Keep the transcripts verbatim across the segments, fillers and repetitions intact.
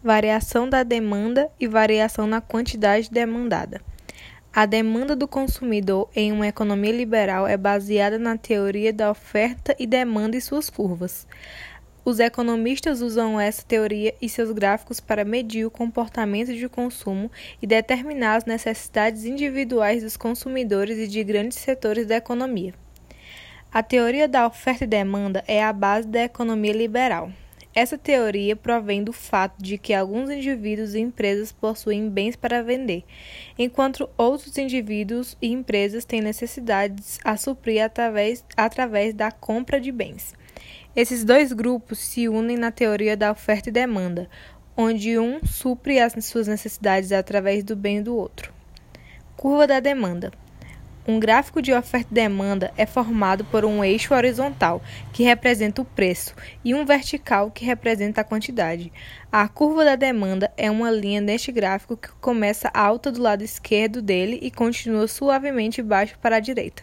variação da demanda e variação na quantidade demandada. A demanda do consumidor em uma economia liberal é baseada na teoria da oferta e demanda e suas curvas. Os economistas usam essa teoria e seus gráficos para medir o comportamento de consumo e determinar as necessidades individuais dos consumidores e de grandes setores da economia. A teoria da oferta e demanda é a base da economia liberal. Essa teoria provém do fato de que alguns indivíduos e empresas possuem bens para vender, enquanto outros indivíduos e empresas têm necessidades a suprir através, através da compra de bens. Esses dois grupos se unem na teoria da oferta e demanda, onde um supre as suas necessidades através do bem do outro. Curva da demanda. Um gráfico de oferta e demanda é formado por um eixo horizontal, que representa o preço, e um vertical, que representa a quantidade. A curva da demanda é uma linha neste gráfico que começa alta do lado esquerdo dele e continua suavemente baixo para a direita.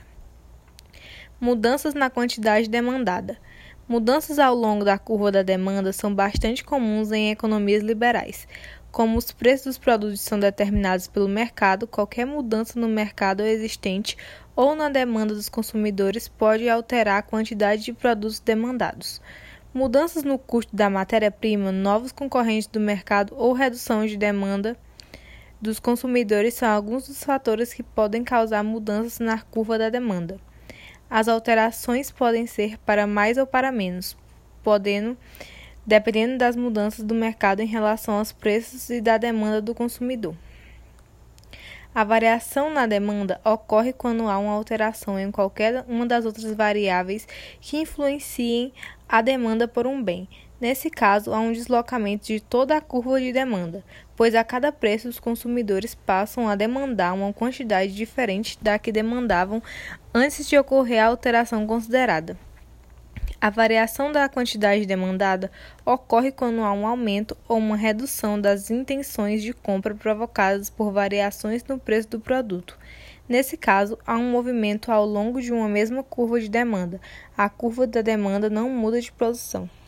Mudanças na quantidade demandada. Mudanças ao longo da curva da demanda são bastante comuns em economias liberais. Como os preços dos produtos são determinados pelo mercado, qualquer mudança no mercado existente ou na demanda dos consumidores pode alterar a quantidade de produtos demandados. Mudanças no custo da matéria-prima, novos concorrentes do mercado ou redução de demanda dos consumidores são alguns dos fatores que podem causar mudanças na curva da demanda. As alterações podem ser para mais ou para menos, podendo, dependendo das mudanças do mercado em relação aos preços e da demanda do consumidor. A variação na demanda ocorre quando há uma alteração em qualquer uma das outras variáveis que influenciem a demanda por um bem. Nesse caso, há um deslocamento de toda a curva de demanda, pois a cada preço os consumidores passam a demandar uma quantidade diferente da que demandavam antes de ocorrer a alteração considerada. A variação da quantidade demandada ocorre quando há um aumento ou uma redução das intenções de compra provocadas por variações no preço do produto. Nesse caso, há um movimento ao longo de uma mesma curva de demanda. A curva da demanda não muda de posição.